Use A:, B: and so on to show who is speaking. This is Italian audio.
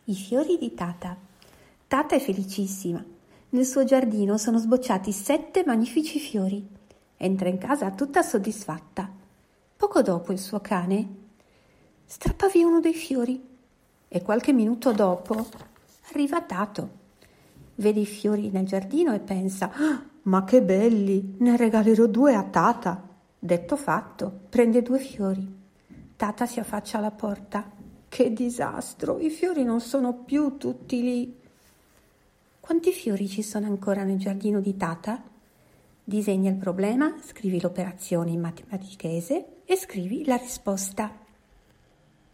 A: I fiori di Tata. Tata è felicissima. Nel suo giardino sono sbocciati 7 magnifici fiori. Entra in casa tutta soddisfatta. Poco dopo il suo cane strappa via uno dei fiori e qualche minuto dopo arriva Tato. Vede i fiori nel giardino e pensa: "Ah, ma che belli, ne regalerò 2 a Tata." Detto fatto, prende 2 fiori. Tata si affaccia alla porta. Che disastro, i fiori non sono più tutti lì. Quanti fiori ci sono ancora nel giardino di Tata? Disegna il problema, scrivi l'operazione in matematichese e scrivi la risposta.